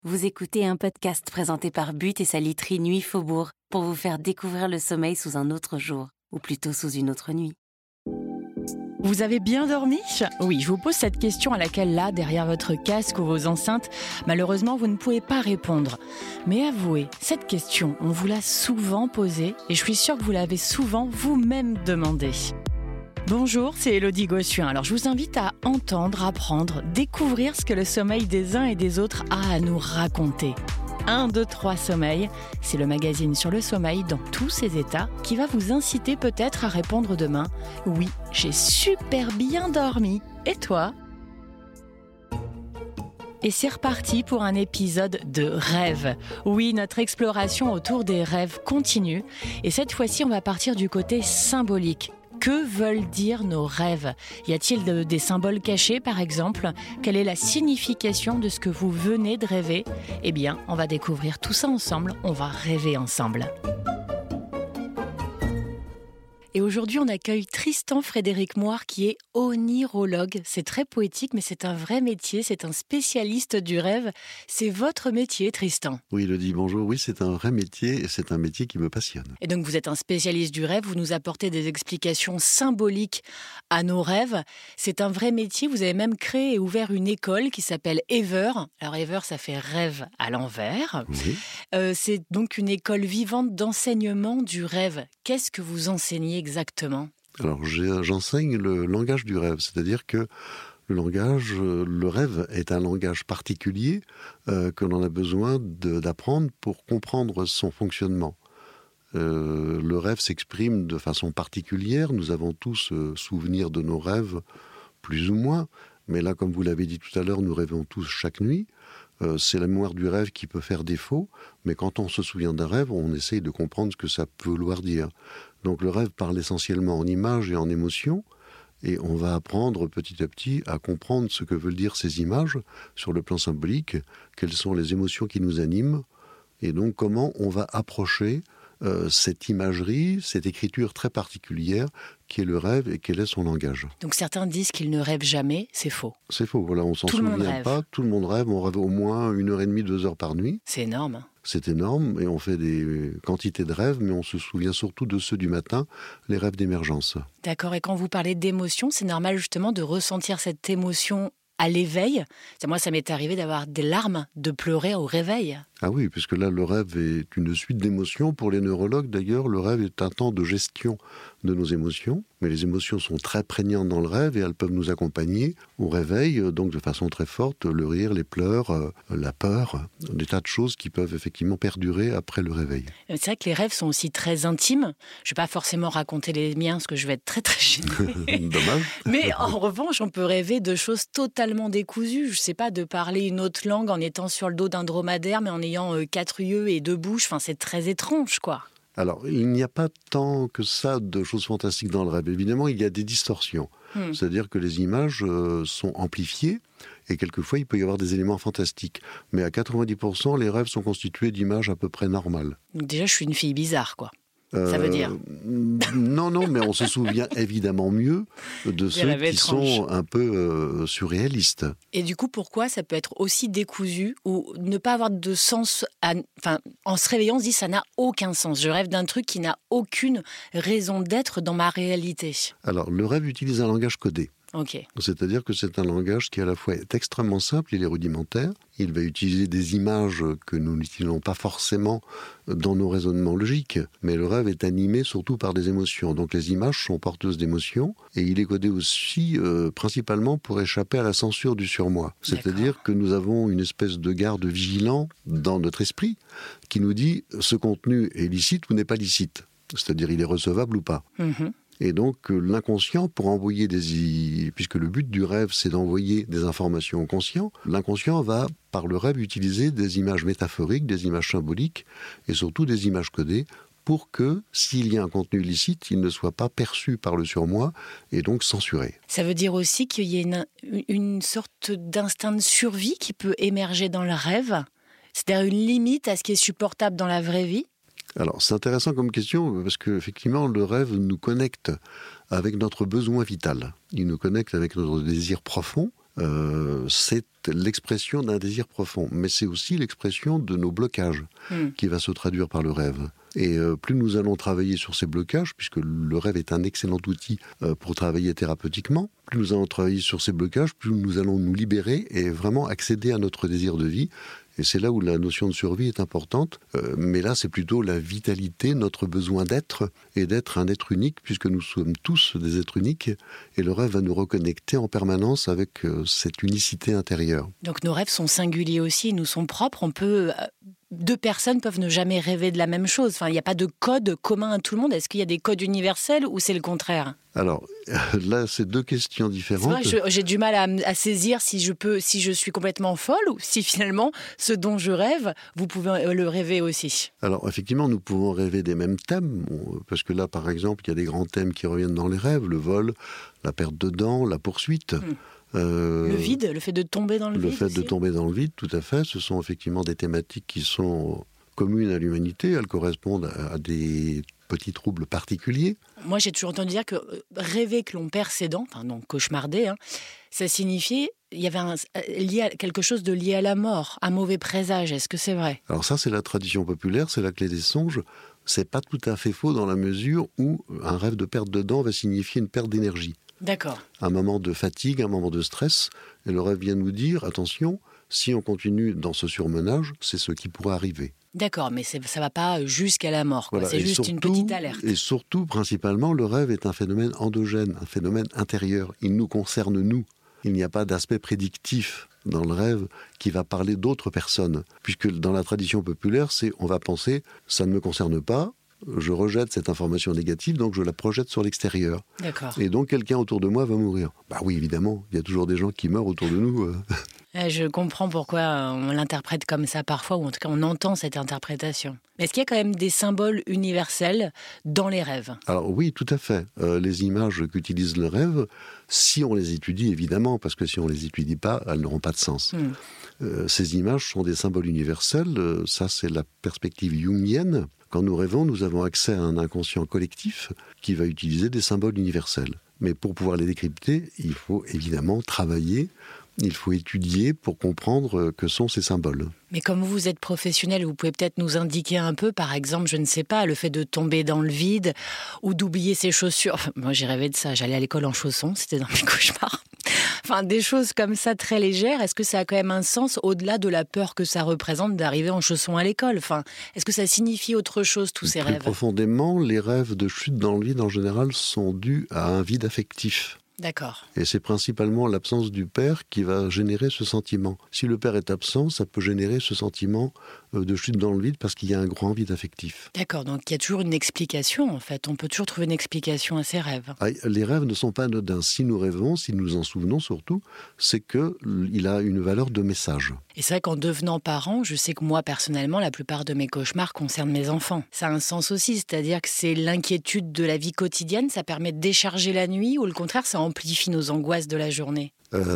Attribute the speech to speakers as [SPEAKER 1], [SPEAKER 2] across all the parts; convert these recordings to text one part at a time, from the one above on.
[SPEAKER 1] Vous écoutez un podcast présenté par But et sa literie Nuit Faubourg pour vous faire découvrir le sommeil sous un autre jour, ou plutôt sous une autre nuit.
[SPEAKER 2] Vous avez bien dormi ? Oui, je vous pose cette question à laquelle là, derrière votre casque ou vos enceintes, malheureusement, vous ne pouvez pas répondre. Mais avouez, cette question, on vous l'a souvent posée et je suis sûre que vous l'avez souvent vous-même demandée. Bonjour, c'est Élodie Gossuin. Alors je vous invite à entendre, apprendre, découvrir ce que le sommeil des uns et des autres a à nous raconter. 1, 2, 3 Sommeil, c'est le magazine sur le sommeil dans tous ses états qui va vous inciter peut-être à répondre demain « Oui, j'ai super bien dormi. Et toi ?» Et c'est reparti pour un épisode de rêve. Oui, notre exploration autour des rêves continue. Et cette fois-ci, on va partir du côté symbolique. Que veulent dire nos rêves ? Y a-t-il des symboles cachés, par exemple ? Quelle est la signification de ce que vous venez de rêver ? Eh bien, on va découvrir tout ça ensemble, on va rêver ensemble. Et aujourd'hui, on accueille Tristan Frédéric Moire qui est onirologue. C'est très poétique, mais c'est un vrai métier, c'est un spécialiste du rêve. C'est votre métier, Tristan.
[SPEAKER 3] Oui, Élodie, bonjour. Oui, c'est un vrai métier et c'est un métier qui me passionne.
[SPEAKER 2] Et donc, vous êtes un spécialiste du rêve, vous nous apportez des explications symboliques à nos rêves. C'est un vrai métier, vous avez même créé et ouvert une école qui s'appelle Ever. Alors, Ever, ça fait rêve à l'envers.
[SPEAKER 3] Oui.
[SPEAKER 2] C'est donc une école vivante d'enseignement du rêve. Qu'est-ce que vous enseignez exactement ?
[SPEAKER 3] Alors, j'enseigne le langage du rêve, c'est-à-dire que le rêve est un langage particulier que l'on a besoin d'apprendre pour comprendre son fonctionnement. Le rêve s'exprime de façon particulière, nous avons tous souvenir de nos rêves, plus ou moins, mais là, comme vous l'avez dit tout à l'heure, nous rêvons tous chaque nuit. C'est la mémoire du rêve qui peut faire défaut, mais quand on se souvient d'un rêve, on essaye de comprendre ce que ça peut vouloir dire. Donc le rêve parle essentiellement en images et en émotions, et on va apprendre petit à petit à comprendre ce que veulent dire ces images sur le plan symbolique, quelles sont les émotions qui nous animent, et donc comment on va approcher cette imagerie, cette écriture très particulière qui est le rêve et quel est son langage.
[SPEAKER 2] Donc certains disent qu'ils ne rêvent jamais, c'est faux.
[SPEAKER 3] C'est faux, voilà, on s'en souvient pas, tout le monde rêve, on rêve au moins 1h30, 2 heures par nuit.
[SPEAKER 2] C'est énorme.
[SPEAKER 3] C'est énorme et on fait des quantités de rêves, mais on se souvient surtout de ceux du matin, les rêves d'émergence.
[SPEAKER 2] D'accord, et quand vous parlez d'émotion, c'est normal justement de ressentir cette émotion à l'éveil. Moi, ça m'est arrivé d'avoir des larmes, de pleurer au réveil.
[SPEAKER 3] Ah oui, puisque là, le rêve est une suite d'émotions. Pour les neurologues, d'ailleurs, le rêve est un temps de gestion de nos émotions. Mais les émotions sont très prégnantes dans le rêve et elles peuvent nous accompagner au réveil, donc de façon très forte, le rire, les pleurs, la peur, des tas de choses qui peuvent effectivement perdurer après le réveil.
[SPEAKER 2] C'est vrai que les rêves sont aussi très intimes. Je ne vais pas forcément raconter les miens, parce que je vais être très très gênée.
[SPEAKER 3] Dommage.
[SPEAKER 2] Mais en revanche, on peut rêver de choses totalement décousues. Je ne sais pas, de parler une autre langue en étant sur le dos d'un dromadaire, mais en ayant 4 yeux et 2 bouches. Enfin, c'est très étrange, quoi.
[SPEAKER 3] Alors, il n'y a pas tant que ça de choses fantastiques dans le rêve. Évidemment, il y a des distorsions. C'est-à-dire que les images sont amplifiées et quelquefois, il peut y avoir des éléments fantastiques. Mais à 90%, les rêves sont constitués d'images à peu près normales.
[SPEAKER 2] Donc déjà, je suis une fille bizarre, quoi. Ça veut dire
[SPEAKER 3] Non, mais on se souvient évidemment mieux de ceux qui sont un peu surréalistes.
[SPEAKER 2] Et du coup, pourquoi ça peut être aussi décousu ou ne pas avoir de sens en se réveillant, on se dit ça n'a aucun sens. Je rêve d'un truc qui n'a aucune raison d'être dans ma réalité. Alors,
[SPEAKER 3] le rêve utilise un langage codé.
[SPEAKER 2] Okay.
[SPEAKER 3] C'est-à-dire que c'est un langage qui à la fois est extrêmement simple, il est rudimentaire, il va utiliser des images que nous n'utilisons pas forcément dans nos raisonnements logiques, mais le rêve est animé surtout par des émotions, donc les images sont porteuses d'émotions, et il est codé aussi principalement pour échapper à la censure du surmoi. C'est-à-dire que nous avons une espèce de garde vigilant dans notre esprit qui nous dit ce contenu est licite ou n'est pas licite, c'est-à-dire il est recevable ou pas. Et donc l'inconscient, pour envoyer puisque le but du rêve c'est d'envoyer des informations au conscient, l'inconscient va par le rêve utiliser des images métaphoriques, des images symboliques et surtout des images codées pour que, s'il y a un contenu illicite, il ne soit pas perçu par le surmoi et donc censuré.
[SPEAKER 2] Ça veut dire aussi qu'il y a une sorte d'instinct de survie qui peut émerger dans le rêve, c'est-à-dire une limite à ce qui est supportable dans la vraie vie.
[SPEAKER 3] Alors, c'est intéressant comme question, parce qu'effectivement, le rêve nous connecte avec notre besoin vital. Il nous connecte avec notre désir profond, c'est l'expression d'un désir profond, mais c'est aussi l'expression de nos blocages qui va se traduire par le rêve. Et plus nous allons travailler sur ces blocages, puisque le rêve est un excellent outil pour travailler thérapeutiquement, plus nous allons travailler sur ces blocages, plus nous allons nous libérer et vraiment accéder à notre désir de vie. Et c'est là où la notion de survie est importante. Mais là, c'est plutôt la vitalité, notre besoin d'être, et d'être un être unique, puisque nous sommes tous des êtres uniques. Et le rêve va nous reconnecter en permanence avec cette unicité intérieure.
[SPEAKER 2] Donc nos rêves sont singuliers aussi, ils nous sont propres. Deux personnes peuvent ne jamais rêver de la même chose. Enfin, il n'y a pas de code commun à tout le monde. Est-ce qu'il y a des codes universels ou c'est le contraire ?
[SPEAKER 3] Alors, là, c'est deux questions différentes.
[SPEAKER 2] C'est vrai, j'ai du mal à saisir si je suis complètement folle ou si finalement, ce dont je rêve, vous pouvez le rêver aussi.
[SPEAKER 3] Alors, effectivement, nous pouvons rêver des mêmes thèmes, parce que là, par exemple, il y a des grands thèmes qui reviennent dans les rêves, le vol, la perte de dents, la poursuite.
[SPEAKER 2] Le vide, le fait de tomber dans le vide.
[SPEAKER 3] Le fait de tomber dans le vide, tout à fait. Ce sont effectivement des thématiques qui sont communes à l'humanité. Elles correspondent à des petits troubles particuliers.
[SPEAKER 2] Moi, j'ai toujours entendu dire que rêver que l'on perd ses dents, donc cauchemarder, ça signifiait il y avait quelque chose de lié à la mort, un mauvais présage. Est-ce que c'est vrai ?
[SPEAKER 3] Alors ça, c'est la tradition populaire, c'est la clé des songes. C'est pas tout à fait faux dans la mesure où un rêve de perte de dents va signifier une perte d'énergie.
[SPEAKER 2] D'accord.
[SPEAKER 3] Un moment de fatigue, un moment de stress. Et le rêve vient nous dire, attention, si on continue dans ce surmenage, c'est ce qui pourrait arriver.
[SPEAKER 2] D'accord, mais ça ne va pas jusqu'à la mort. Voilà. C'est juste une petite alerte.
[SPEAKER 3] Et surtout, principalement, le rêve est un phénomène endogène, un phénomène intérieur. Il nous concerne, nous. Il n'y a pas d'aspect prédictif dans le rêve qui va parler d'autres personnes. Puisque dans la tradition populaire, on va penser, ça ne me concerne pas, je rejette cette information négative, donc je la projette sur l'extérieur.
[SPEAKER 2] D'accord.
[SPEAKER 3] Et donc quelqu'un autour de moi va mourir. Bah oui, évidemment, il y a toujours des gens qui meurent autour de nous.
[SPEAKER 2] Je comprends pourquoi on l'interprète comme ça parfois, ou en tout cas on entend cette interprétation. Mais est-ce qu'il y a quand même des symboles universels dans les rêves ?
[SPEAKER 3] Alors oui, tout à fait. Les images qu'utilise le rêve, si on les étudie évidemment, parce que si on ne les étudie pas, elles n'auront pas de sens. Ces images sont des symboles universels, ça c'est la perspective jungienne. Quand nous rêvons, nous avons accès à un inconscient collectif qui va utiliser des symboles universels. Mais pour pouvoir les décrypter, il faut évidemment travailler, il faut étudier pour comprendre que sont ces symboles.
[SPEAKER 2] Mais comme vous êtes professionnel, vous pouvez peut-être nous indiquer un peu, par exemple, je ne sais pas, le fait de tomber dans le vide ou d'oublier ses chaussures. Moi, j'ai rêvé de ça, j'allais à l'école en chaussons, c'était dans mes cauchemars. Enfin, des choses comme ça très légères, est-ce que ça a quand même un sens au-delà de la peur que ça représente d'arriver en chaussons à l'école ? Enfin, est-ce que ça signifie autre chose, tous ces rêves ?
[SPEAKER 3] Plus profondément, les rêves de chute dans le vide, en général, sont dus à un vide affectif.
[SPEAKER 2] D'accord.
[SPEAKER 3] Et c'est principalement l'absence du père qui va générer ce sentiment. Si le père est absent, ça peut générer ce sentiment de chute dans le vide parce qu'il y a un grand vide affectif.
[SPEAKER 2] D'accord, donc il y a toujours une explication en fait. On peut toujours trouver une explication à ces rêves.
[SPEAKER 3] Les rêves ne sont pas anodins. Si nous rêvons, si nous en souvenons surtout, c'est qu'il a une valeur de message.
[SPEAKER 2] Et c'est vrai qu'en devenant parent, je sais que moi personnellement, la plupart de mes cauchemars concernent mes enfants. Ça a un sens aussi, c'est-à-dire que c'est l'inquiétude de la vie quotidienne, ça permet de décharger la nuit ou au contraire, ça amplifie nos angoisses de la journée.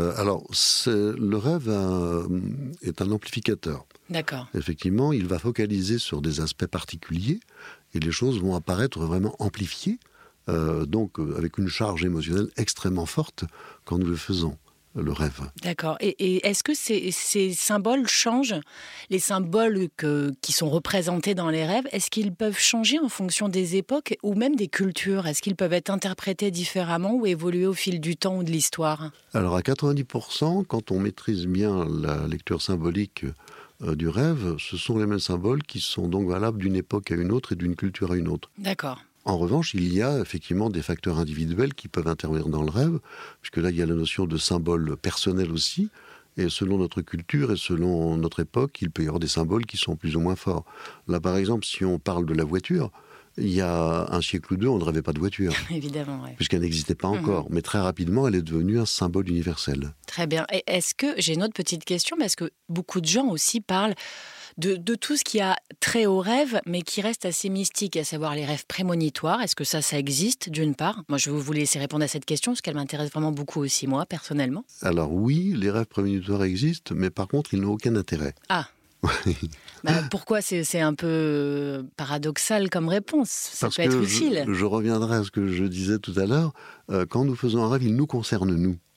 [SPEAKER 3] Le rêve est un amplificateur.
[SPEAKER 2] D'accord.
[SPEAKER 3] Effectivement, il va focaliser sur des aspects particuliers et les choses vont apparaître vraiment amplifiées, donc avec une charge émotionnelle extrêmement forte quand nous le faisons. Le rêve.
[SPEAKER 2] D'accord. Et est-ce que ces symboles changent ? Les symboles qui sont représentés dans les rêves, est-ce qu'ils peuvent changer en fonction des époques ou même des cultures ? Est-ce qu'ils peuvent être interprétés différemment ou évoluer au fil du temps ou de l'histoire ?
[SPEAKER 3] Alors à 90%, quand on maîtrise bien la lecture symbolique du rêve, ce sont les mêmes symboles qui sont donc valables d'une époque à une autre et d'une culture à une autre.
[SPEAKER 2] D'accord.
[SPEAKER 3] En revanche, il y a effectivement des facteurs individuels qui peuvent intervenir dans le rêve, puisque là, il y a la notion de symbole personnel aussi, et selon notre culture et selon notre époque, il peut y avoir des symboles qui sont plus ou moins forts. Là, par exemple, si on parle de la voiture, il y a un siècle ou deux, on ne rêvait pas de voiture.
[SPEAKER 2] Évidemment, oui.
[SPEAKER 3] Puisqu'elle n'existait pas encore. Mais très rapidement, elle est devenue un symbole universel.
[SPEAKER 2] Très bien. Et est-ce que, j'ai une autre petite question, parce que beaucoup de gens aussi parlent de tout ce qui a trait au rêve, mais qui reste assez mystique, à savoir les rêves prémonitoires. Est-ce que ça existe, d'une part ? Moi, je vais vous laisser répondre à cette question, parce qu'elle m'intéresse vraiment beaucoup aussi, moi, personnellement.
[SPEAKER 3] Alors oui, les rêves prémonitoires existent, mais par contre, ils n'ont aucun intérêt.
[SPEAKER 2] Ah. Pourquoi c'est un peu paradoxal comme réponse ? Ça peut être utile.
[SPEAKER 3] Je reviendrai à ce que je disais tout à l'heure. Quand nous faisons un rêve, il nous concerne nous.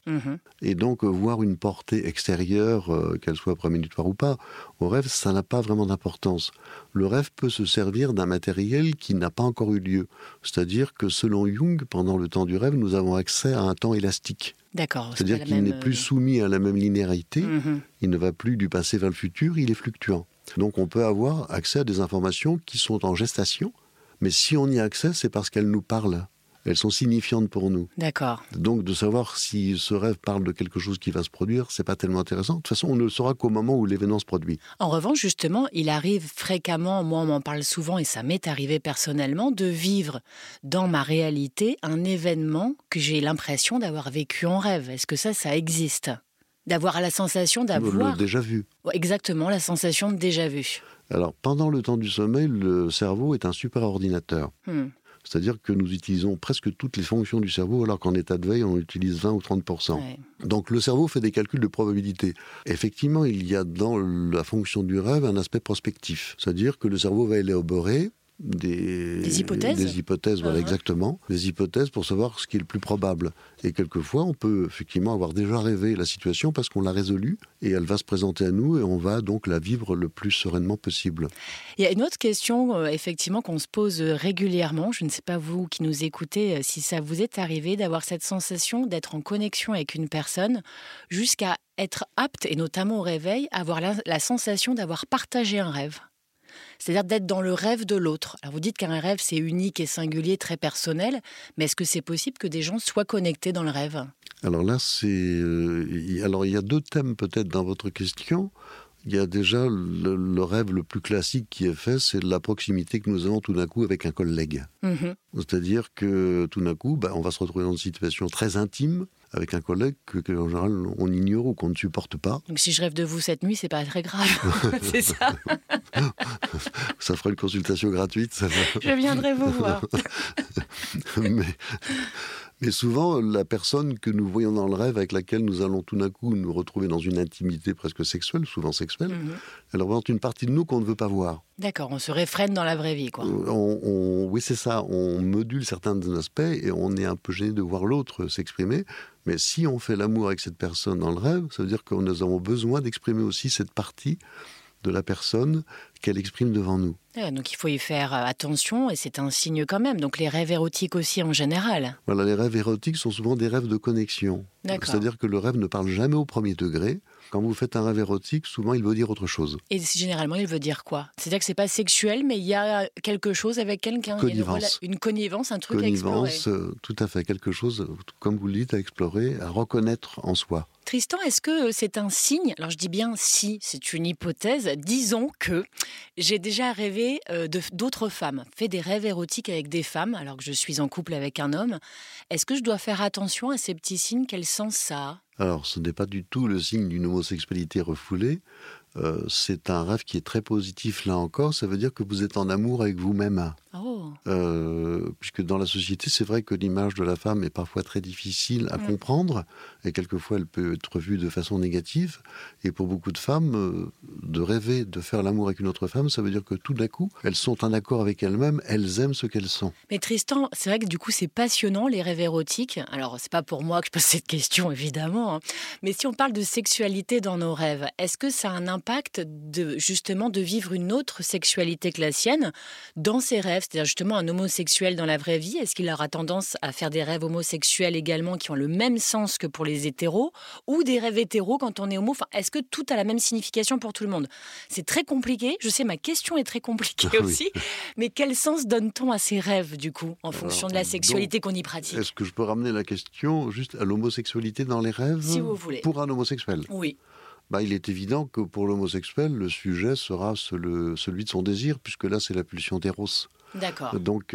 [SPEAKER 3] Et donc, voir une portée extérieure, qu'elle soit prémonitoire ou pas, au rêve, ça n'a pas vraiment d'importance. Le rêve peut se servir d'un matériel qui n'a pas encore eu lieu. C'est-à-dire que, selon Jung, pendant le temps du rêve, nous avons accès à un temps élastique.
[SPEAKER 2] D'accord.
[SPEAKER 3] C'est-à-dire qu'il n'est plus soumis à la même linéarité, il ne va plus du passé vers le futur, il est fluctuant. Donc, on peut avoir accès à des informations qui sont en gestation, mais si on y a accès, c'est parce qu'elles nous parlent. Elles sont signifiantes pour nous.
[SPEAKER 2] D'accord.
[SPEAKER 3] Donc, de savoir si ce rêve parle de quelque chose qui va se produire, c'est pas tellement intéressant. De toute façon, on ne le saura qu'au moment où l'événement se produit.
[SPEAKER 2] En revanche, justement, il arrive fréquemment, moi on m'en parle souvent et ça m'est arrivé personnellement, de vivre dans ma réalité un événement que j'ai l'impression d'avoir vécu en rêve. Est-ce que ça existe ? D'avoir la sensation d'avoir...
[SPEAKER 3] Le déjà vu.
[SPEAKER 2] Exactement, la sensation de déjà vu.
[SPEAKER 3] Alors, pendant le temps du sommeil, le cerveau est un super ordinateur. C'est-à-dire que nous utilisons presque toutes les fonctions du cerveau, alors qu'en état de veille, on utilise 20 ou 30%. Ouais. Donc le cerveau fait des calculs de probabilité. Effectivement, il y a dans la fonction du rêve un aspect prospectif. C'est-à-dire que le cerveau va élaborer des hypothèses, voilà, exactement. Des hypothèses pour savoir ce qui est le plus probable. Et quelquefois, on peut effectivement avoir déjà rêvé la situation parce qu'on l'a résolue et elle va se présenter à nous et on va donc la vivre le plus sereinement possible.
[SPEAKER 2] Il y a une autre question, effectivement, qu'on se pose régulièrement. Je ne sais pas, vous qui nous écoutez, si ça vous est arrivé d'avoir cette sensation d'être en connexion avec une personne jusqu'à être apte, et notamment au réveil, à avoir la sensation d'avoir partagé un rêve. C'est-à-dire d'être dans le rêve de l'autre. Alors vous dites qu'un rêve, c'est unique et singulier, très personnel, mais est-ce que c'est possible que des gens soient connectés dans le rêve ?
[SPEAKER 3] Alors là, alors il y a deux thèmes peut-être dans votre question. Il y a déjà le rêve le plus classique qui est fait, c'est la proximité que nous avons tout d'un coup avec un collègue. C'est-à-dire que tout d'un coup, on va se retrouver dans une situation très intime avec un collègue qu'en général on ignore ou qu'on ne supporte pas.
[SPEAKER 2] Donc si je rêve de vous cette nuit, c'est pas très grave, c'est ça.
[SPEAKER 3] Ça fera une consultation gratuite.
[SPEAKER 2] Je viendrai vous voir.
[SPEAKER 3] Mais souvent, la personne que nous voyons dans le rêve, avec laquelle nous allons tout d'un coup nous retrouver dans une intimité presque sexuelle, souvent sexuelle, elle représente une partie de nous qu'on ne veut pas voir.
[SPEAKER 2] D'accord, on se réfrène dans la vraie vie, quoi.
[SPEAKER 3] Oui, c'est ça. On module certains aspects et on est un peu gêné de voir l'autre s'exprimer. Mais si on fait l'amour avec cette personne dans le rêve, ça veut dire que nous avons besoin d'exprimer aussi cette partie de la personne qu'elle exprime devant nous.
[SPEAKER 2] Donc il faut y faire attention et c'est un signe quand même. Donc les rêves érotiques aussi en général.
[SPEAKER 3] Voilà, les rêves érotiques sont souvent des rêves de connexion.
[SPEAKER 2] D'accord.
[SPEAKER 3] C'est-à-dire que le rêve ne parle jamais au premier degré. Quand vous faites un rêve érotique, souvent il veut dire autre chose.
[SPEAKER 2] Et généralement il veut dire quoi ? C'est-à-dire que c'est pas sexuel, mais il y a quelque chose avec quelqu'un.
[SPEAKER 3] Connivence.
[SPEAKER 2] Une connivence, un truc à explorer.
[SPEAKER 3] Tout à fait, quelque chose, comme vous le dites, à explorer, à reconnaître en soi.
[SPEAKER 2] Tristan, est-ce que c'est un signe ? Alors je dis bien si, c'est une hypothèse. Disons que j'ai déjà rêvé d'autres femmes, fait des rêves érotiques avec des femmes, alors que je suis en couple avec un homme. Est-ce que je dois faire attention à ces petits signes ? Quel sens ça a ?
[SPEAKER 3] Alors, ce n'est pas du tout le signe d'une homosexualité refoulée. C'est un rêve qui est très positif, là encore. Ça veut dire que vous êtes en amour avec vous-même.
[SPEAKER 2] Oh.
[SPEAKER 3] Puisque dans la société, c'est vrai que l'image de la femme est parfois très difficile à comprendre. Et quelquefois, elle peut être vue de façon négative. Et pour beaucoup de femmes, de rêver de faire l'amour avec une autre femme, ça veut dire que tout d'un coup, elles sont en accord avec elles-mêmes. Elles aiment ce qu'elles sont.
[SPEAKER 2] Mais Tristan, c'est vrai que du coup, c'est passionnant, les rêves érotiques. Alors, c'est pas pour moi que je pose cette question, évidemment. Hein. Mais si on parle de sexualité dans nos rêves, est-ce que ça a un impact justement de vivre une autre sexualité que la sienne dans ses rêves, c'est-à-dire justement un homosexuel dans la vraie vie, est-ce qu'il aura tendance à faire des rêves homosexuels également qui ont le même sens que pour les hétéros, ou des rêves hétéros quand on est homo, est-ce que tout a la même signification pour tout le monde ? C'est très compliqué, je sais, ma question est très compliquée aussi, mais quel sens donne-t-on à ces rêves du coup, en fonction de la sexualité qu'on y pratique ?
[SPEAKER 3] Est-ce que je peux ramener la question juste à l'homosexualité dans les rêves ?
[SPEAKER 2] Si vous voulez.
[SPEAKER 3] Pour un homosexuel ?
[SPEAKER 2] Oui.
[SPEAKER 3] Il est évident que pour l'homosexuel, le sujet sera celui de son désir, puisque là, c'est la pulsion d'éros.
[SPEAKER 2] D'accord.
[SPEAKER 3] Donc,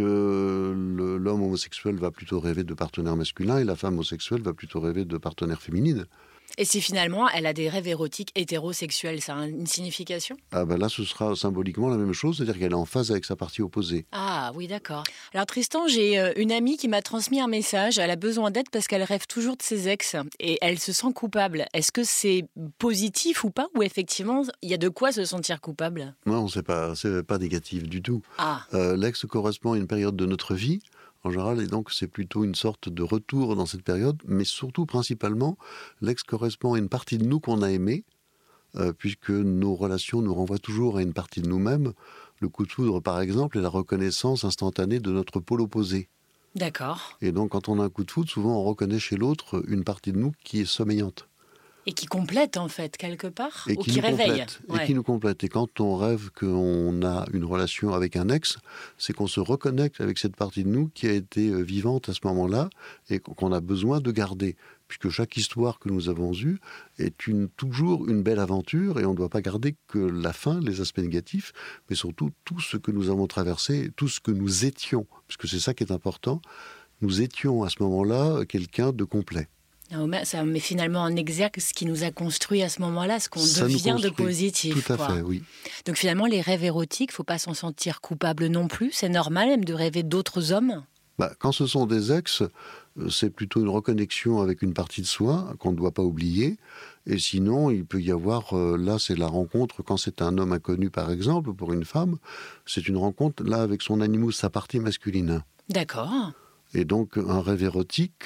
[SPEAKER 3] l'homme homosexuel va plutôt rêver de partenaire masculin et la femme homosexuelle va plutôt rêver de partenaire féminine.
[SPEAKER 2] Et si finalement, elle a des rêves érotiques hétérosexuels, ça a une signification ?
[SPEAKER 3] Là, ce sera symboliquement la même chose, c'est-à-dire qu'elle est en phase avec sa partie opposée.
[SPEAKER 2] Ah oui, d'accord. Alors Tristan, j'ai une amie qui m'a transmis un message. Elle a besoin d'aide parce qu'elle rêve toujours de ses ex et elle se sent coupable. Est-ce que c'est positif ou pas ? Ou effectivement, il y a de quoi se sentir coupable ?
[SPEAKER 3] Non, c'est pas négatif du tout.
[SPEAKER 2] Ah.
[SPEAKER 3] L'ex correspond à une période de notre vie en général, et donc c'est plutôt une sorte de retour dans cette période, mais surtout, principalement, l'ex correspond à une partie de nous qu'on a aimée, puisque nos relations nous renvoient toujours à une partie de nous-mêmes. Le coup de foudre, par exemple, est la reconnaissance instantanée de notre pôle opposé.
[SPEAKER 2] D'accord.
[SPEAKER 3] Et donc, quand on a un coup de foudre, souvent on reconnaît chez l'autre une partie de nous qui est sommeillante.
[SPEAKER 2] Et qui complète, en fait, quelque part,
[SPEAKER 3] Et
[SPEAKER 2] ou
[SPEAKER 3] qui
[SPEAKER 2] qui
[SPEAKER 3] nous
[SPEAKER 2] réveille.
[SPEAKER 3] complète, et qui nous complète. Et quand on rêve qu'on a une relation avec un ex, c'est qu'on se reconnecte avec cette partie de nous qui a été vivante à ce moment-là et qu'on a besoin de garder. Puisque chaque histoire que nous avons eue est toujours une belle aventure et on ne doit pas garder que la fin, les aspects négatifs, mais surtout tout ce que nous avons traversé, tout ce que nous étions. Parce que c'est ça qui est important. Nous étions à ce moment-là quelqu'un de complet.
[SPEAKER 2] Ça met finalement en exergue ce qui nous a construit à ce moment-là, ce qu'on
[SPEAKER 3] Ça
[SPEAKER 2] devient de positif.
[SPEAKER 3] Tout à fait, oui.
[SPEAKER 2] Donc finalement, les rêves érotiques, il ne faut pas s'en sentir coupable non plus. C'est normal même de rêver d'autres hommes.
[SPEAKER 3] Quand ce sont des ex, c'est plutôt une reconnexion avec une partie de soi qu'on ne doit pas oublier. Et sinon, il peut y avoir, là c'est la rencontre, quand c'est un homme inconnu par exemple, pour une femme, c'est une rencontre là avec son animus, sa partie masculine.
[SPEAKER 2] D'accord.
[SPEAKER 3] Et donc, un rêve érotique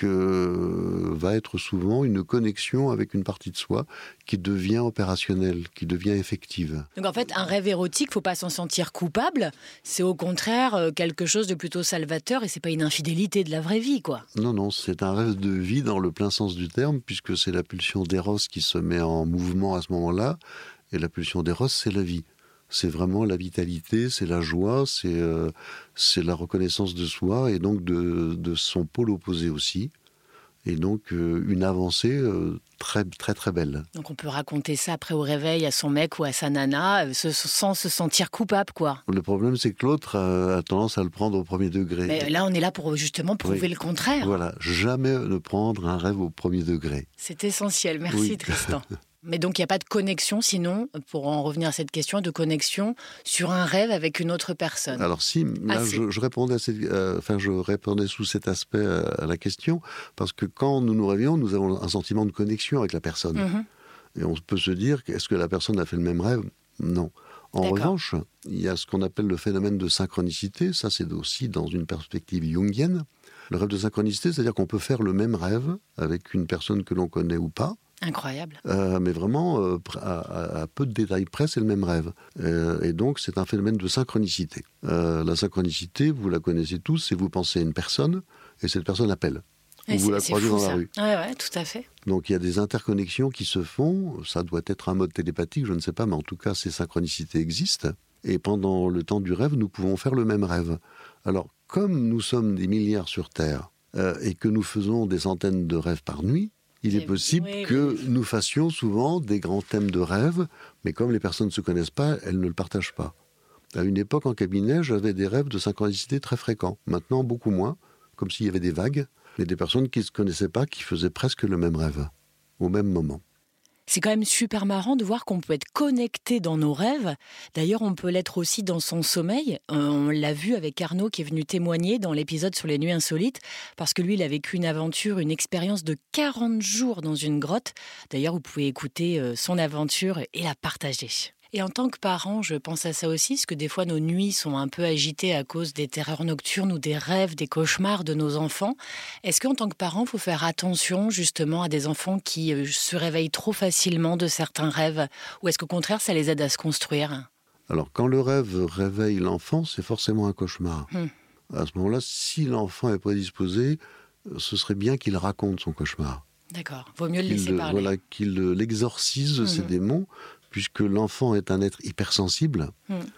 [SPEAKER 3] va être souvent une connexion avec une partie de soi qui devient opérationnelle, qui devient effective.
[SPEAKER 2] Donc en fait, un rêve érotique, il ne faut pas s'en sentir coupable. C'est au contraire quelque chose de plutôt salvateur et c'est pas une infidélité de la vraie vie, quoi.
[SPEAKER 3] Non, c'est un rêve de vie dans le plein sens du terme, puisque c'est la pulsion d'éros qui se met en mouvement à ce moment-là. Et la pulsion d'éros, c'est la vie. C'est vraiment la vitalité, c'est la joie, c'est la reconnaissance de soi et donc de son pôle opposé aussi. Et donc une avancée très, très, très belle.
[SPEAKER 2] Donc on peut raconter ça après au réveil à son mec ou à sa nana sans se sentir coupable, quoi.
[SPEAKER 3] Le problème, c'est que l'autre a tendance à le prendre au premier degré.
[SPEAKER 2] Mais là, on est là pour justement prouver le contraire.
[SPEAKER 3] Voilà, jamais ne prendre un rêve au premier degré.
[SPEAKER 2] C'est essentiel, merci Tristan. Mais donc, il n'y a pas de connexion, sinon, pour en revenir à cette question, de connexion sur un rêve avec une autre personne.
[SPEAKER 3] Alors si, là, je répondais je répondais sous cet aspect à la question, parce que quand nous nous réveillons, nous avons un sentiment de connexion avec la personne. Et on peut se dire, est-ce que la personne a fait le même rêve ? Non. En revanche, il y a ce qu'on appelle le phénomène de synchronicité, ça c'est aussi dans une perspective jungienne. Le rêve de synchronicité, c'est-à-dire qu'on peut faire le même rêve avec une personne que l'on connaît ou pas.
[SPEAKER 2] Incroyable.
[SPEAKER 3] Mais vraiment, à peu de détails près, c'est le même rêve. Et donc, c'est un phénomène de synchronicité. La synchronicité, vous la connaissez tous, c'est vous pensez à une personne, et cette personne appelle. Ou vous la croisez dans la rue.
[SPEAKER 2] Oui, tout à fait.
[SPEAKER 3] Donc, il y a des interconnexions qui se font. Ça doit être un mode télépathique, je ne sais pas, mais en tout cas, ces synchronicités existent. Et pendant le temps du rêve, nous pouvons faire le même rêve. Alors, comme nous sommes des milliards sur Terre, et que nous faisons des centaines de rêves par nuit, il est possible que nous fassions souvent des grands thèmes de rêve, mais comme les personnes ne se connaissent pas, elles ne le partagent pas. À une époque, en cabinet, j'avais des rêves de synchronicité très fréquents. Maintenant, beaucoup moins, comme s'il y avait des vagues, mais des personnes qui ne se connaissaient pas, qui faisaient presque le même rêve, au même moment.
[SPEAKER 2] C'est quand même super marrant de voir qu'on peut être connecté dans nos rêves. D'ailleurs, on peut l'être aussi dans son sommeil. On l'a vu avec Arnaud qui est venu témoigner dans l'épisode sur les nuits insolites, parce que lui, il a vécu une aventure, une expérience de 40 jours dans une grotte. D'ailleurs, vous pouvez écouter son aventure et la partager. Et en tant que parent, je pense à ça aussi, parce que des fois nos nuits sont un peu agitées à cause des terreurs nocturnes ou des rêves, des cauchemars de nos enfants. Est-ce qu'en tant que parent, il faut faire attention justement à des enfants qui se réveillent trop facilement de certains rêves, ou est-ce qu'au contraire, ça les aide à se construire ?
[SPEAKER 3] Alors, quand le rêve réveille l'enfant, c'est forcément un cauchemar. À ce moment-là, si l'enfant est prédisposé, ce serait bien qu'il raconte son cauchemar.
[SPEAKER 2] D'accord, vaut mieux le laisser parler.
[SPEAKER 3] Voilà, qu'il l'exorcise, ces démons, puisque l'enfant est un être hypersensible,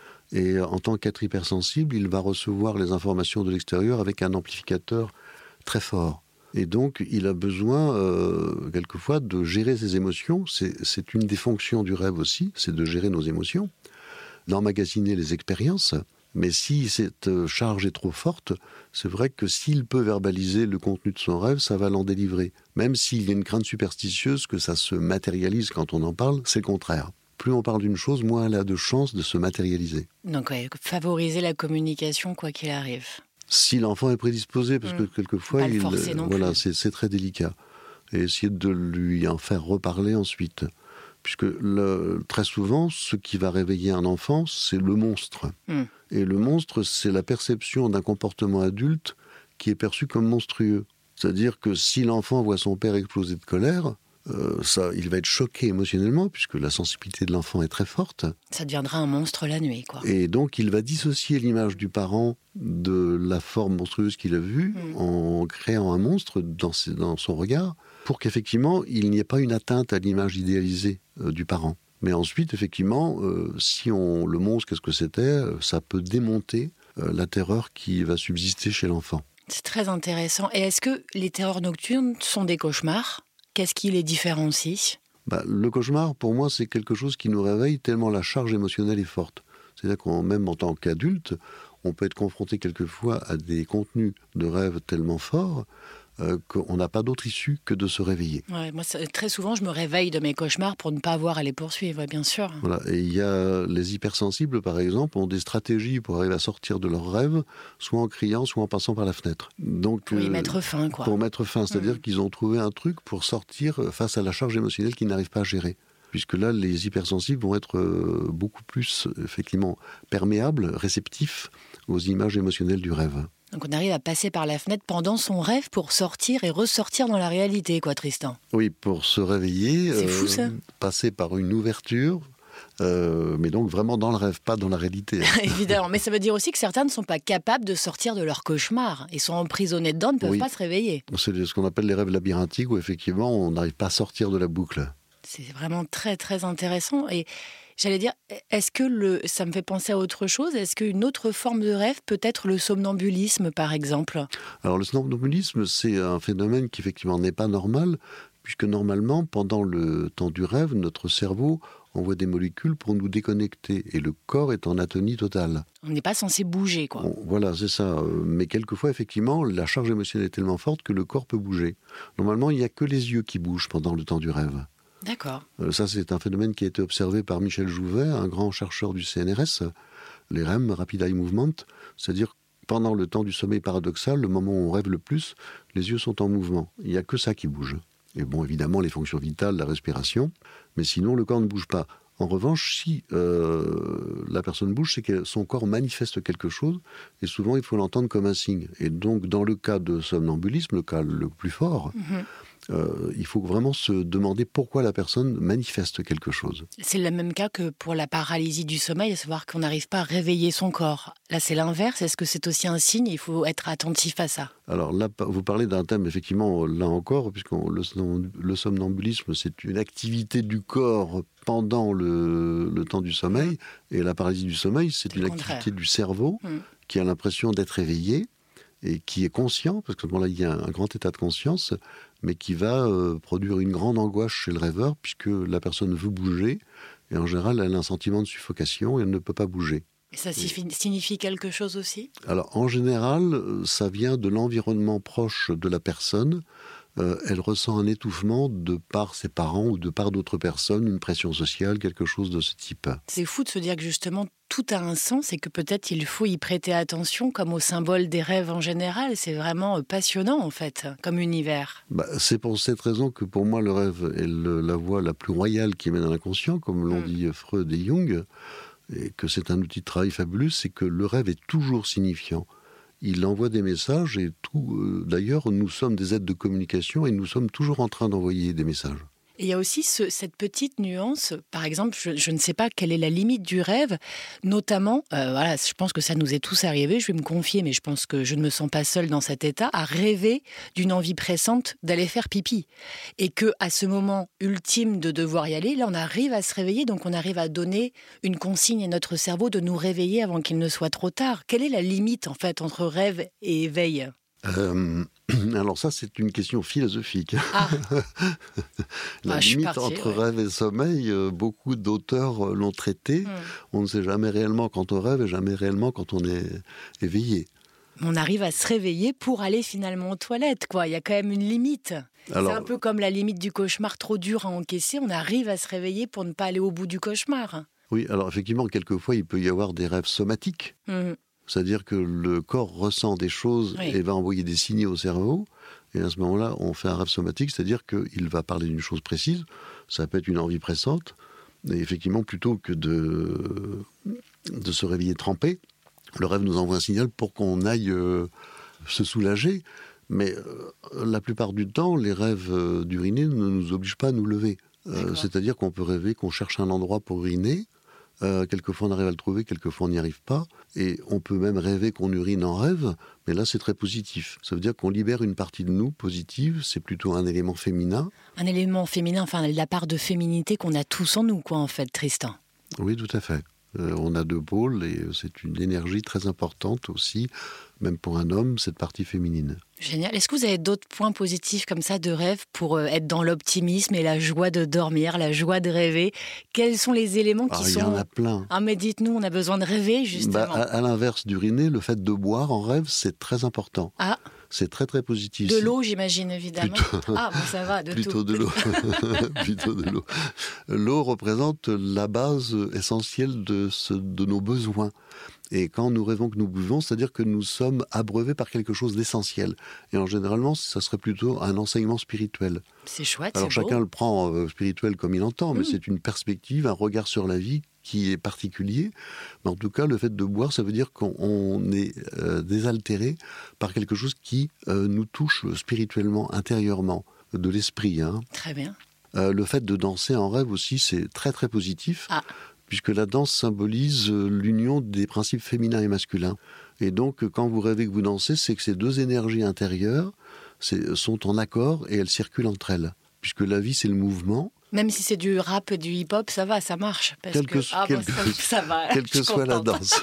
[SPEAKER 3] et en tant qu'être hypersensible, il va recevoir les informations de l'extérieur avec un amplificateur très fort. Et donc, il a besoin, quelquefois, de gérer ses émotions. C'est une des fonctions du rêve aussi, c'est de gérer nos émotions, d'emmagasiner les expériences. Mais si cette charge est trop forte, c'est vrai que s'il peut verbaliser le contenu de son rêve, ça va l'en délivrer. Même s'il y a une crainte superstitieuse que ça se matérialise quand on en parle, c'est le contraire. Plus on parle d'une chose, moins elle a de chances de se matérialiser.
[SPEAKER 2] Donc, favoriser la communication quoi qu'il arrive.
[SPEAKER 3] Si l'enfant est prédisposé, parce que quelquefois, c'est très délicat. Et essayer de lui en faire reparler ensuite. Puisque très souvent, ce qui va réveiller un enfant, c'est le monstre. Et le monstre, c'est la perception d'un comportement adulte qui est perçu comme monstrueux. C'est-à-dire que si l'enfant voit son père exploser de colère, il va être choqué émotionnellement, puisque la sensibilité de l'enfant est très forte.
[SPEAKER 2] Ça deviendra un monstre la nuit, quoi.
[SPEAKER 3] Et donc, il va dissocier l'image du parent de la forme monstrueuse qu'il a vue, en créant un monstre dans son regard, pour qu'effectivement, il n'y ait pas une atteinte à l'image idéalisée du parent. Mais ensuite, effectivement, si le monstre, qu'est-ce que c'était, ça peut démonter la terreur qui va subsister chez l'enfant.
[SPEAKER 2] C'est très intéressant. Et est-ce que les terreurs nocturnes sont des cauchemars ? Qu'est-ce qui les différencie ?
[SPEAKER 3] Le cauchemar, pour moi, c'est quelque chose qui nous réveille tellement la charge émotionnelle est forte. C'est-à-dire même en tant qu'adulte, on peut être confronté quelquefois à des contenus de rêves tellement forts qu'on n'a pas d'autre issue que de se réveiller.
[SPEAKER 2] Ouais, moi, très souvent, je me réveille de mes cauchemars pour ne pas avoir à les poursuivre, bien sûr.
[SPEAKER 3] Voilà. Et il y a les hypersensibles, par exemple, ont des stratégies pour arriver à sortir de leurs rêves, soit en criant, soit en passant par la fenêtre. Donc,
[SPEAKER 2] pour y mettre fin, quoi.
[SPEAKER 3] Pour mettre fin, c'est-à-dire qu'ils ont trouvé un truc pour sortir face à la charge émotionnelle qu'ils n'arrivent pas à gérer. Puisque là, les hypersensibles vont être beaucoup plus, effectivement, perméables, réceptifs aux images émotionnelles du rêve.
[SPEAKER 2] Donc on arrive à passer par la fenêtre pendant son rêve pour sortir et ressortir dans la réalité, quoi, Tristan.
[SPEAKER 3] Oui, pour se réveiller,
[SPEAKER 2] c'est fou, ça.
[SPEAKER 3] Passer par une ouverture, mais donc vraiment dans le rêve, pas dans la réalité.
[SPEAKER 2] Évidemment, mais ça veut dire aussi que certains ne sont pas capables de sortir de leur cauchemar. Ils sont emprisonnés dedans, ne peuvent pas se réveiller.
[SPEAKER 3] C'est ce qu'on appelle les rêves labyrinthiques, où effectivement on n'arrive pas à sortir de la boucle.
[SPEAKER 2] C'est vraiment très très intéressant. Et j'allais dire, est-ce que ça me fait penser à autre chose ? Est-ce qu'une autre forme de rêve peut être le somnambulisme, par exemple ?
[SPEAKER 3] Alors le somnambulisme, c'est un phénomène qui effectivement n'est pas normal, puisque normalement, pendant le temps du rêve, notre cerveau envoie des molécules pour nous déconnecter, et le corps est en atonie totale.
[SPEAKER 2] On n'est pas censé bouger, quoi.
[SPEAKER 3] Bon, voilà, c'est ça. Mais quelquefois, effectivement, la charge émotionnelle est tellement forte que le corps peut bouger. Normalement, il n'y a que les yeux qui bougent pendant le temps du rêve.
[SPEAKER 2] D'accord.
[SPEAKER 3] Ça, c'est un phénomène qui a été observé par Michel Jouvet, un grand chercheur du CNRS, les REM, Rapid Eye Movement, c'est-à-dire pendant le temps du sommeil paradoxal, le moment où on rêve le plus, les yeux sont en mouvement. Il n'y a que ça qui bouge. Et bon, évidemment, les fonctions vitales, la respiration, mais sinon, le corps ne bouge pas. En revanche, si la personne bouge, c'est que son corps manifeste quelque chose, et souvent, il faut l'entendre comme un signe. Et donc, dans le cas de somnambulisme, le cas le plus fort, il faut vraiment se demander pourquoi la personne manifeste quelque chose. C'est
[SPEAKER 2] le même cas que pour la paralysie du sommeil, à savoir qu'on n'arrive pas à réveiller son corps. Là, c'est l'inverse. Est-ce que c'est aussi un signe ? Il faut être attentif à ça.
[SPEAKER 3] Alors là, vous parlez d'un thème, effectivement, là encore, puisque le somnambulisme, c'est une activité du corps pendant le temps du sommeil, et la paralysie du sommeil, c'est une activité du cerveau qui a l'impression d'être éveillé, et qui est conscient, parce que là, il y a un grand état de conscience, mais qui va produire une grande angoisse chez le rêveur, puisque la personne veut bouger, et en général, elle a un sentiment de suffocation, et elle ne peut pas bouger.
[SPEAKER 2] Et ça signifie quelque chose aussi ?
[SPEAKER 3] Alors, en général, ça vient de l'environnement proche de la personne. Elle ressent un étouffement de par ses parents ou de par d'autres personnes, une pression sociale, quelque chose de ce type.
[SPEAKER 2] C'est fou de se dire que justement, tout a un sens et que peut-être il faut y prêter attention comme au symbole des rêves en général. C'est vraiment passionnant en fait, comme univers.
[SPEAKER 3] C'est pour cette raison que pour moi le rêve est la voie la plus royale qui mène à l'inconscient, comme l'ont dit Freud et Jung, et que c'est un outil de travail fabuleux, c'est que le rêve est toujours signifiant. Il envoie des messages et tout. D'ailleurs, nous sommes des êtres de communication et nous sommes toujours en train d'envoyer des messages.
[SPEAKER 2] Et il y a aussi cette petite nuance, par exemple, je ne sais pas quelle est la limite du rêve, notamment, je pense que ça nous est tous arrivé, je vais me confier, mais je pense que je ne me sens pas seule dans cet état, à rêver d'une envie pressante d'aller faire pipi. Et qu'à ce moment ultime de devoir y aller, là on arrive à se réveiller, donc on arrive à donner une consigne à notre cerveau de nous réveiller avant qu'il ne soit trop tard. Quelle est la limite en fait entre rêve et éveil ?
[SPEAKER 3] Alors ça, c'est une question philosophique.
[SPEAKER 2] Ah.
[SPEAKER 3] La limite entre rêve et sommeil, beaucoup d'auteurs l'ont traité. On ne sait jamais réellement quand on rêve et jamais réellement quand on est éveillé.
[SPEAKER 2] On arrive à se réveiller pour aller finalement aux toilettes, quoi. Il y a quand même une limite. Alors, c'est un peu comme la limite du cauchemar trop dur à encaisser. On arrive à se réveiller pour ne pas aller au bout du cauchemar.
[SPEAKER 3] Oui, alors effectivement, quelquefois, il peut y avoir des rêves somatiques. C'est-à-dire que le corps ressent des choses et va envoyer des signaux au cerveau. Et à ce moment-là, on fait un rêve somatique, c'est-à-dire qu'il va parler d'une chose précise. Ça peut être une envie pressante. Et effectivement, plutôt que de se réveiller trempé, le rêve nous envoie un signal pour qu'on aille se soulager, mais la plupart du temps, les rêves d'uriner ne nous obligent pas à nous lever. C'est-à-dire qu'on peut rêver qu'on cherche un endroit pour uriner. Quelquefois on arrive à le trouver, quelquefois on n'y arrive pas. Et on peut même rêver qu'on urine en rêve, mais là c'est très positif. Ça veut dire qu'on libère une partie de nous positive, c'est plutôt un élément féminin.
[SPEAKER 2] Un élément féminin, enfin la part de féminité qu'on a tous en nous, quoi, en fait, Tristan.
[SPEAKER 3] Oui, tout à fait. On a 2 pôles et c'est une énergie très importante aussi, même pour un homme, cette partie féminine.
[SPEAKER 2] Génial. Est-ce que vous avez d'autres points positifs comme ça de rêve pour être dans l'optimisme et la joie de dormir, la joie de rêver? Quels sont les éléments qui sont...
[SPEAKER 3] Il y en a plein.
[SPEAKER 2] Ah, mais dites-nous, on a besoin de rêver, justement.
[SPEAKER 3] À l'inverse d'uriner, le fait de boire en rêve, c'est très important.
[SPEAKER 2] Ah.
[SPEAKER 3] C'est très très positif.
[SPEAKER 2] De l'eau, j'imagine, évidemment. Ah, bon, ça va,
[SPEAKER 3] plutôt
[SPEAKER 2] tout.
[SPEAKER 3] De l'eau. Plutôt de l'eau. L'eau représente la base essentielle de nos besoins. Et quand nous rêvons que nous buvons, c'est-à-dire que nous sommes abreuvés par quelque chose d'essentiel. Et en généralement, ça serait plutôt un enseignement spirituel.
[SPEAKER 2] C'est chouette,
[SPEAKER 3] alors
[SPEAKER 2] c'est beau.
[SPEAKER 3] chacun le prend spirituel comme il entend, mais c'est une perspective, un regard sur la vie qui est particulier. Mais en tout cas, le fait de boire, ça veut dire qu'on est désaltéré par quelque chose qui nous touche spirituellement, intérieurement, de l'esprit. Hein.
[SPEAKER 2] Très bien.
[SPEAKER 3] Le fait de danser en rêve aussi, c'est très très positif.
[SPEAKER 2] Ah.
[SPEAKER 3] Puisque la danse symbolise l'union des principes féminins et masculins. Et donc, quand vous rêvez que vous dansez, c'est que ces 2 énergies intérieures sont en accord et elles circulent entre elles. Puisque la vie, c'est le mouvement.
[SPEAKER 2] Même si c'est du rap, du hip-hop, ça va, ça marche.
[SPEAKER 3] Ça va, quelle que soit la danse.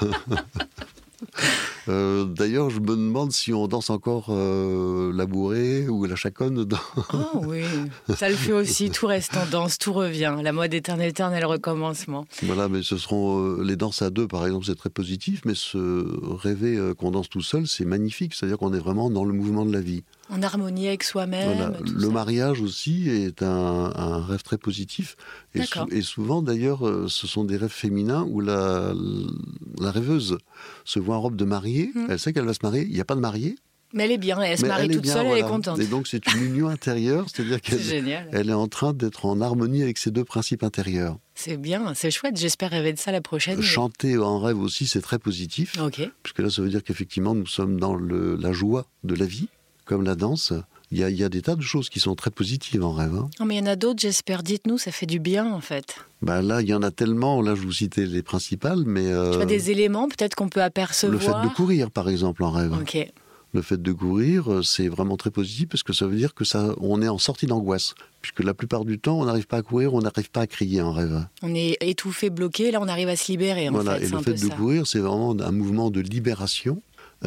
[SPEAKER 3] D'ailleurs, je me demande si on danse encore la bourrée ou la chaconne.
[SPEAKER 2] Oh oui, ça le fait aussi. Tout reste en danse, tout revient. La mode est un éternel recommencement.
[SPEAKER 3] Voilà, mais ce seront les danses à 2, par exemple, c'est très positif. Mais rêver qu'on danse tout seul, c'est magnifique. C'est-à-dire qu'on est vraiment dans le mouvement de la vie.
[SPEAKER 2] En harmonie avec soi-même.
[SPEAKER 3] Voilà. Le mariage aussi est un rêve très positif. Et souvent, d'ailleurs, ce sont des rêves féminins où la rêveuse se voit en robe de mariée. Elle sait qu'elle va se marier. Il n'y a pas de mariée.
[SPEAKER 2] Mais elle est bien. Elle se marie toute seule, voilà. Elle est contente.
[SPEAKER 3] Et donc, c'est une union intérieure. C'est-à-dire qu'elle est en train d'être en harmonie avec ses 2 principes intérieurs.
[SPEAKER 2] C'est bien, c'est chouette. J'espère rêver de ça la prochaine.
[SPEAKER 3] Chanter en rêve aussi, c'est très positif.
[SPEAKER 2] Okay.
[SPEAKER 3] Puisque là, ça veut dire qu'effectivement, nous sommes dans la joie de la vie. Comme la danse, il y a des tas de choses qui sont très positives en rêve. Hein.
[SPEAKER 2] Non, mais il y en a d'autres, j'espère. Dites-nous, ça fait du bien, en fait.
[SPEAKER 3] Là, il y en a tellement. Là, je vous citais les principales, mais...
[SPEAKER 2] Tu as des éléments, peut-être, qu'on peut apercevoir.
[SPEAKER 3] Le fait de courir, par exemple, en rêve.
[SPEAKER 2] Ok.
[SPEAKER 3] Le fait de courir, c'est vraiment très positif, parce que ça veut dire que on est en sortie d'angoisse. Puisque la plupart du temps, on n'arrive pas à courir, on n'arrive pas à crier en rêve.
[SPEAKER 2] On est étouffé, bloqué, là, on arrive à se libérer, en fait.
[SPEAKER 3] Et le fait de courir, c'est vraiment un mouvement de libération.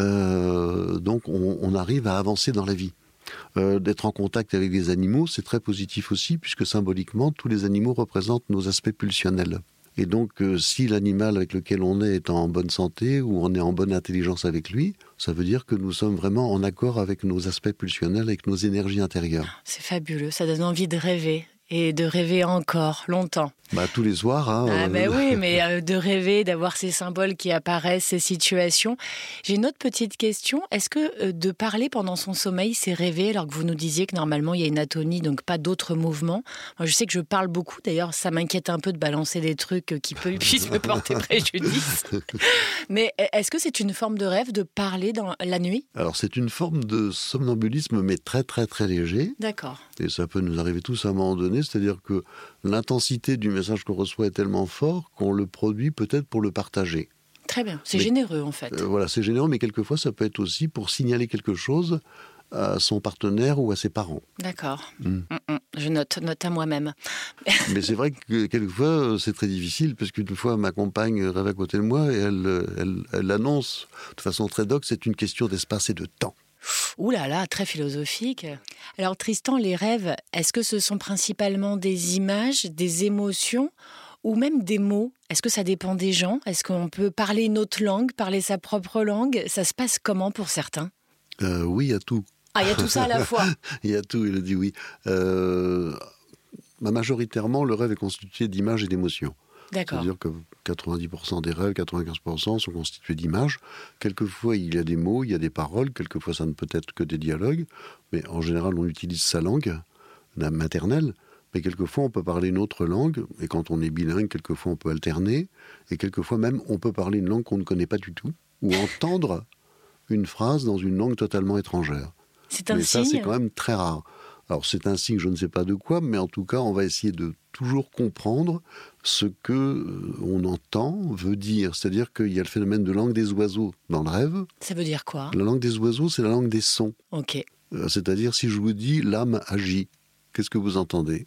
[SPEAKER 3] Donc, on arrive à avancer dans la vie. D'être en contact avec des animaux, c'est très positif aussi, puisque symboliquement, tous les animaux représentent nos aspects pulsionnels. Et donc, si l'animal avec lequel on est en bonne santé, ou on est en bonne intelligence avec lui, ça veut dire que nous sommes vraiment en accord avec nos aspects pulsionnels, avec nos énergies intérieures.
[SPEAKER 2] C'est fabuleux, ça donne envie de rêver. Et de rêver encore, longtemps.
[SPEAKER 3] Tous les soirs. Hein,
[SPEAKER 2] oui, mais de rêver, d'avoir ces symboles qui apparaissent, ces situations. J'ai une autre petite question. Est-ce que de parler pendant son sommeil, c'est rêver, alors que vous nous disiez que normalement, il y a une atonie, donc pas d'autres mouvements? Moi, je sais que je parle beaucoup. D'ailleurs, ça m'inquiète un peu de balancer des trucs qui puissent me porter préjudice. Mais est-ce que c'est une forme de rêve de parler dans la nuit?
[SPEAKER 3] Alors, c'est une forme de somnambulisme, mais très, très, très léger.
[SPEAKER 2] D'accord.
[SPEAKER 3] Et ça peut nous arriver tous à un moment donné. C'est-à-dire que l'intensité du message qu'on reçoit est tellement fort qu'on le produit peut-être pour le partager.
[SPEAKER 2] Très bien, c'est généreux en fait.
[SPEAKER 3] Voilà, c'est généreux, mais quelquefois ça peut être aussi pour signaler quelque chose à son partenaire ou à ses parents.
[SPEAKER 2] D'accord. Je note à moi-même.
[SPEAKER 3] Mais c'est vrai que quelquefois c'est très difficile, parce qu'une fois ma compagne rêve à côté de moi et elle annonce de façon très docte, c'est une question d'espace et de temps.
[SPEAKER 2] Ouh là là, très philosophique. Alors Tristan, les rêves, est-ce que ce sont principalement des images, des émotions ou même des mots? Est-ce que ça dépend des gens? Est-ce qu'on peut parler une autre langue, parler sa propre langue? Ça se passe comment pour certains?
[SPEAKER 3] Oui, il y a tout.
[SPEAKER 2] Ah, il y a tout ça à la fois.
[SPEAKER 3] Il y a tout, il dit oui. Majoritairement, le rêve est constitué d'images et d'émotions.
[SPEAKER 2] D'accord.
[SPEAKER 3] C'est-à-dire que 90% des rêves, 95% sont constitués d'images. Quelquefois, il y a des mots, il y a des paroles. Quelquefois, ça ne peut être que des dialogues. Mais en général, on utilise sa langue, la maternelle. Mais quelquefois, on peut parler une autre langue. Et quand on est bilingue, quelquefois, on peut alterner. Et quelquefois même, on peut parler une langue qu'on ne connaît pas du tout. Ou entendre une phrase dans une langue totalement étrangère.
[SPEAKER 2] C'est un
[SPEAKER 3] mais
[SPEAKER 2] signe.
[SPEAKER 3] ça, c'est quand même très rare. Alors, c'est un signe, je ne sais pas de quoi, mais en tout cas, on va essayer de toujours comprendre ce que on entend, veut dire. C'est-à-dire qu'il y a le phénomène de langue des oiseaux dans le rêve.
[SPEAKER 2] Ça veut dire quoi?
[SPEAKER 3] La langue des oiseaux, c'est la langue des sons.
[SPEAKER 2] Ok.
[SPEAKER 3] C'est-à-dire, si je vous dis « l'âme agit », qu'est-ce que vous entendez?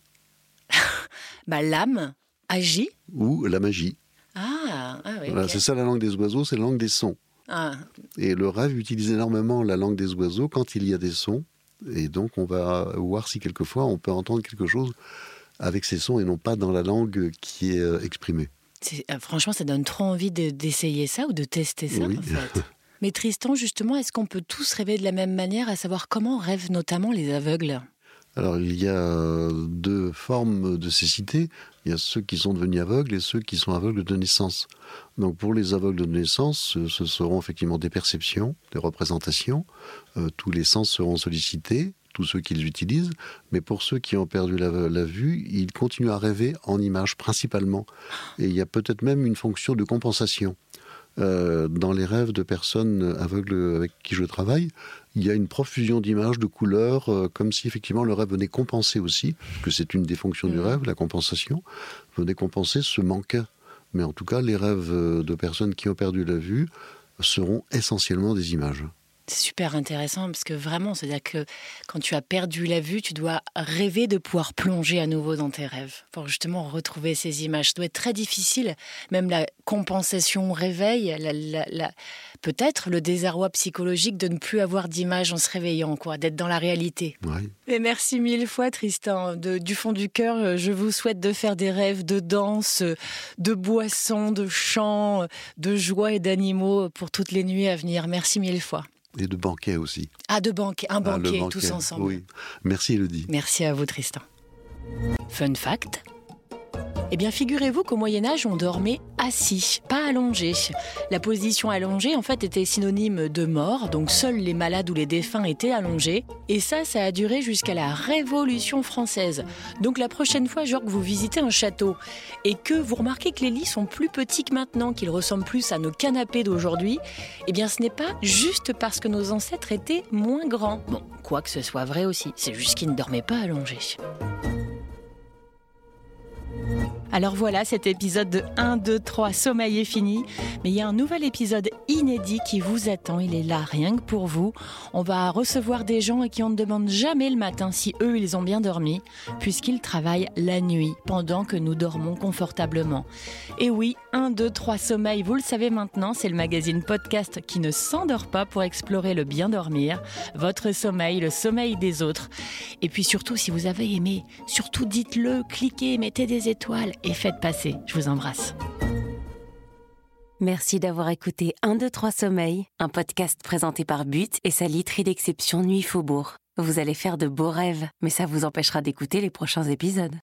[SPEAKER 2] L'âme agit.
[SPEAKER 3] Ou la magie.
[SPEAKER 2] Ah oui.
[SPEAKER 3] Voilà,
[SPEAKER 2] Ok.
[SPEAKER 3] c'est ça la langue des oiseaux, c'est la langue des sons.
[SPEAKER 2] Ah,
[SPEAKER 3] Et le rêve utilise énormément la langue des oiseaux quand il y a des sons. Et donc, on va voir si quelquefois on peut entendre quelque chose avec ces sons et non pas dans la langue qui est exprimée.
[SPEAKER 2] franchement, ça donne trop envie d'essayer ça ou de tester ça,
[SPEAKER 3] Oui.
[SPEAKER 2] en fait. Mais Tristan, justement, est-ce qu'on peut tous rêver de la même manière, à savoir comment rêvent notamment les aveugles?
[SPEAKER 3] Alors, il y a deux formes de cécité. Il y a ceux qui sont devenus aveugles et ceux qui sont aveugles de naissance. Donc, pour les aveugles de naissance, ce seront effectivement des perceptions, des représentations. Tous les sens seront sollicités, tous ceux qui les utilisent. Mais pour ceux qui ont perdu la vue, ils continuent à rêver en images principalement. Et il y a peut-être même une fonction de compensation. Dans les rêves de personnes aveugles avec qui je travaille, il y a une profusion d'images, de couleurs, comme si effectivement le rêve venait compenser aussi, parce que c'est une des fonctions du rêve, la compensation, venait compenser ce manque. Mais en tout cas, les rêves de personnes qui ont perdu la vue seront essentiellement des images.
[SPEAKER 2] C'est super intéressant parce que vraiment, c'est-à-dire que quand tu as perdu la vue, tu dois rêver de pouvoir plonger à nouveau dans tes rêves pour justement retrouver ces images. Ça doit être très difficile, même la compensation réveil, peut-être le désarroi psychologique de ne plus avoir d'images en se réveillant, d'être dans la réalité.
[SPEAKER 3] Oui.
[SPEAKER 2] Et merci mille fois Tristan, du fond du cœur, je vous souhaite de faire des rêves de danse, de boissons, de chants, de joie et d'animaux pour toutes les nuits à venir. Merci mille fois.
[SPEAKER 3] Et de banquet aussi.
[SPEAKER 2] Un banquet,
[SPEAKER 3] le banquet,
[SPEAKER 2] tous ensemble.
[SPEAKER 3] Oui. Merci Elodie.
[SPEAKER 2] Merci à vous Tristan. Fun fact. Eh bien, figurez-vous qu'au Moyen-Âge, on dormait assis, pas allongé. La position allongée, en fait, était synonyme de mort, donc seuls les malades ou les défunts étaient allongés. Et ça a duré jusqu'à la Révolution française. Donc la prochaine fois, genre que vous visitez un château et que vous remarquez que les lits sont plus petits que maintenant, qu'ils ressemblent plus à nos canapés d'aujourd'hui, eh bien, ce n'est pas juste parce que nos ancêtres étaient moins grands. Bon, quoi que ce soit vrai aussi, c'est juste qu'ils ne dormaient pas allongés. Alors voilà, cet épisode de 1, 2, 3, Sommeil est fini. Mais il y a un nouvel épisode inédit qui vous attend. Il est là, rien que pour vous. On va recevoir des gens à qui on ne demande jamais le matin si eux, ils ont bien dormi, puisqu'ils travaillent la nuit, pendant que nous dormons confortablement. Et oui, 1, 2, 3, Sommeil, vous le savez maintenant, c'est le magazine podcast qui ne s'endort pas pour explorer le bien dormir, votre sommeil, le sommeil des autres. Et puis surtout, si vous avez aimé, surtout dites-le, cliquez, mettez des étoiles et faites passer. Je vous embrasse.
[SPEAKER 1] Merci d'avoir écouté 1, 2, 3 Sommeil, un podcast présenté par But et sa literie d'exception Nuit Faubourg. Vous allez faire de beaux rêves, mais ça vous empêchera d'écouter les prochains épisodes.